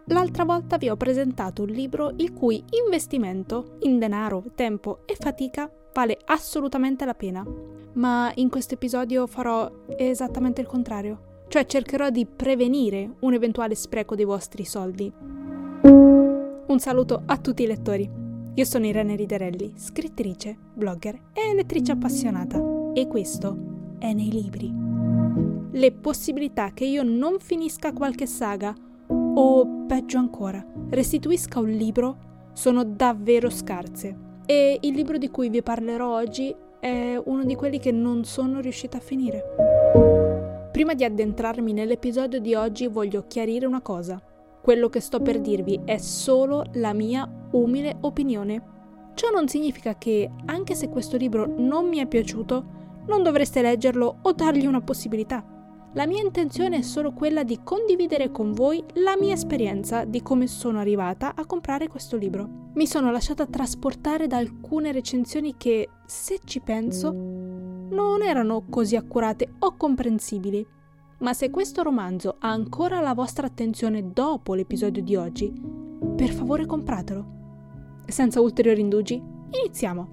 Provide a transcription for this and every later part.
l'altra volta vi ho presentato un libro il cui investimento in denaro, tempo e fatica vale assolutamente la pena. Ma in questo episodio farò esattamente il contrario, cioè cercherò di prevenire un eventuale spreco dei vostri soldi. Un saluto a tutti i lettori. Io sono Irene Riderelli, scrittrice, blogger e lettrice appassionata. E questo è Nei Libri. Le possibilità che io non finisca qualche saga o, peggio ancora, restituisca un libro sono davvero scarse. E il libro di cui vi parlerò oggi è uno di quelli che non sono riuscita a finire. Prima di addentrarmi nell'episodio di oggi voglio chiarire una cosa. Quello che sto per dirvi è solo la mia umile opinione. Ciò non significa che, anche se questo libro non mi è piaciuto, non dovreste leggerlo o dargli una possibilità. La mia intenzione è solo quella di condividere con voi la mia esperienza di come sono arrivata a comprare questo libro. Mi sono lasciata trasportare da alcune recensioni che, se ci penso, non erano così accurate o comprensibili. Ma se questo romanzo ha ancora la vostra attenzione dopo l'episodio di oggi, per favore compratelo. Senza ulteriori indugi, iniziamo!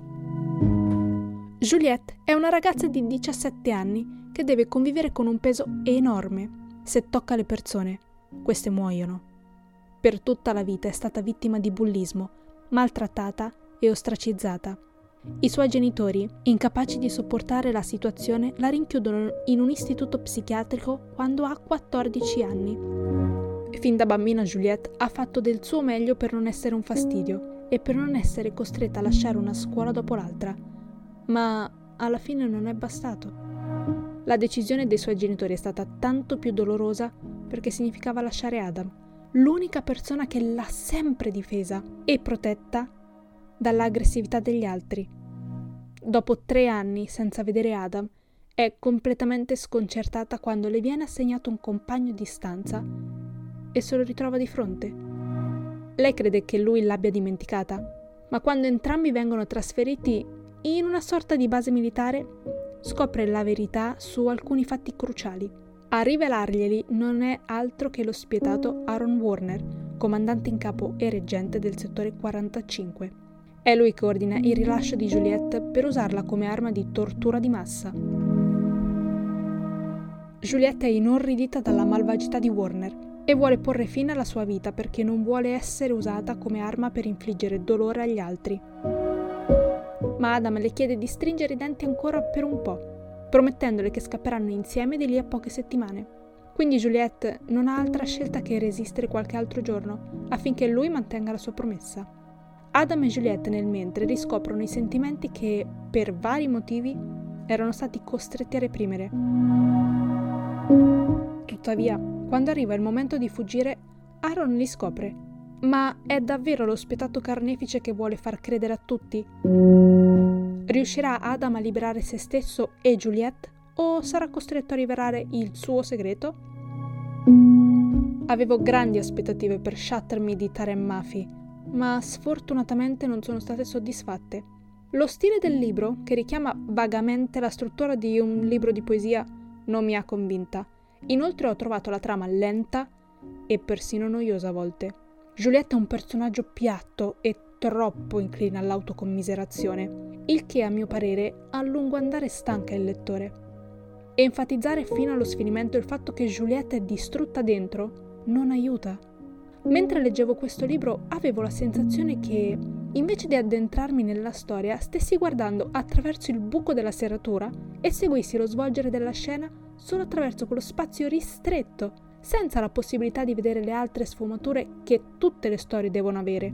Juliette è una ragazza di 17 anni che deve convivere con un peso enorme. Se tocca le persone, queste muoiono. Per tutta la vita è stata vittima di bullismo, maltrattata e ostracizzata. I suoi genitori, incapaci di sopportare la situazione, la rinchiudono in un istituto psichiatrico quando ha 14 anni. Fin da bambina Juliette ha fatto del suo meglio per non essere un fastidio e per non essere costretta a lasciare una scuola dopo l'altra. Ma alla fine non è bastato. La decisione dei suoi genitori è stata tanto più dolorosa perché significava lasciare Adam, l'unica persona che l'ha sempre difesa e protetta dall'aggressività degli altri. Dopo 3 anni senza vedere Adam, è completamente sconcertata quando le viene assegnato un compagno di stanza e se lo ritrova di fronte. Lei crede che lui l'abbia dimenticata, ma quando entrambi vengono trasferiti in una sorta di base militare, scopre la verità su alcuni fatti cruciali. A rivelarglieli non è altro che lo spietato Aaron Warner, comandante in capo e reggente del settore 45. È lui che ordina il rilascio di Juliette per usarla come arma di tortura di massa. Juliette è inorridita dalla malvagità di Warner e vuole porre fine alla sua vita perché non vuole essere usata come arma per infliggere dolore agli altri. Ma Adam le chiede di stringere i denti ancora per un po', promettendole che scapperanno insieme di lì a poche settimane. Quindi Juliette non ha altra scelta che resistere qualche altro giorno, affinché lui mantenga la sua promessa. Adam e Juliette nel mentre riscoprono i sentimenti che, per vari motivi, erano stati costretti a reprimere. Tuttavia, quando arriva il momento di fuggire, Aaron li scopre. Ma è davvero lo spietato carnefice che vuole far credere a tutti? Riuscirà Adam a liberare se stesso e Juliette o sarà costretto a rivelare il suo segreto? Avevo grandi aspettative per Shatter Me di Tareem Mafi, ma sfortunatamente non sono state soddisfatte. Lo stile del libro, che richiama vagamente la struttura di un libro di poesia, non mi ha convinta. Inoltre ho trovato la trama lenta e persino noiosa a volte. Juliette è un personaggio piatto e troppo incline all'autocommiserazione, il che a mio parere a lungo andare stanca il lettore. E enfatizzare fino allo sfinimento il fatto che Juliette è distrutta dentro non aiuta. Mentre leggevo questo libro avevo la sensazione che, invece di addentrarmi nella storia, stessi guardando attraverso il buco della serratura e seguissi lo svolgere della scena solo attraverso quello spazio ristretto, senza la possibilità di vedere le altre sfumature che tutte le storie devono avere.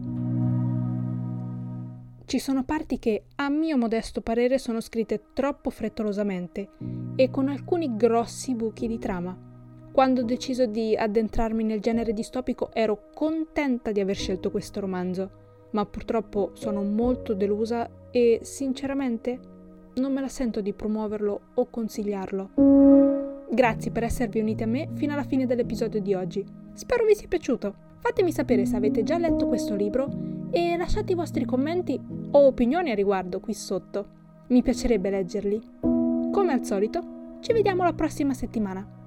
Ci sono parti che, a mio modesto parere, sono scritte troppo frettolosamente e con alcuni grossi buchi di trama. Quando ho deciso di addentrarmi nel genere distopico ero contenta di aver scelto questo romanzo, ma purtroppo sono molto delusa e, sinceramente, non me la sento di promuoverlo o consigliarlo. Grazie per esservi uniti a me fino alla fine dell'episodio di oggi. Spero vi sia piaciuto. Fatemi sapere se avete già letto questo libro e lasciate i vostri commenti o opinioni a riguardo qui sotto. Mi piacerebbe leggerli. Come al solito, ci vediamo la prossima settimana.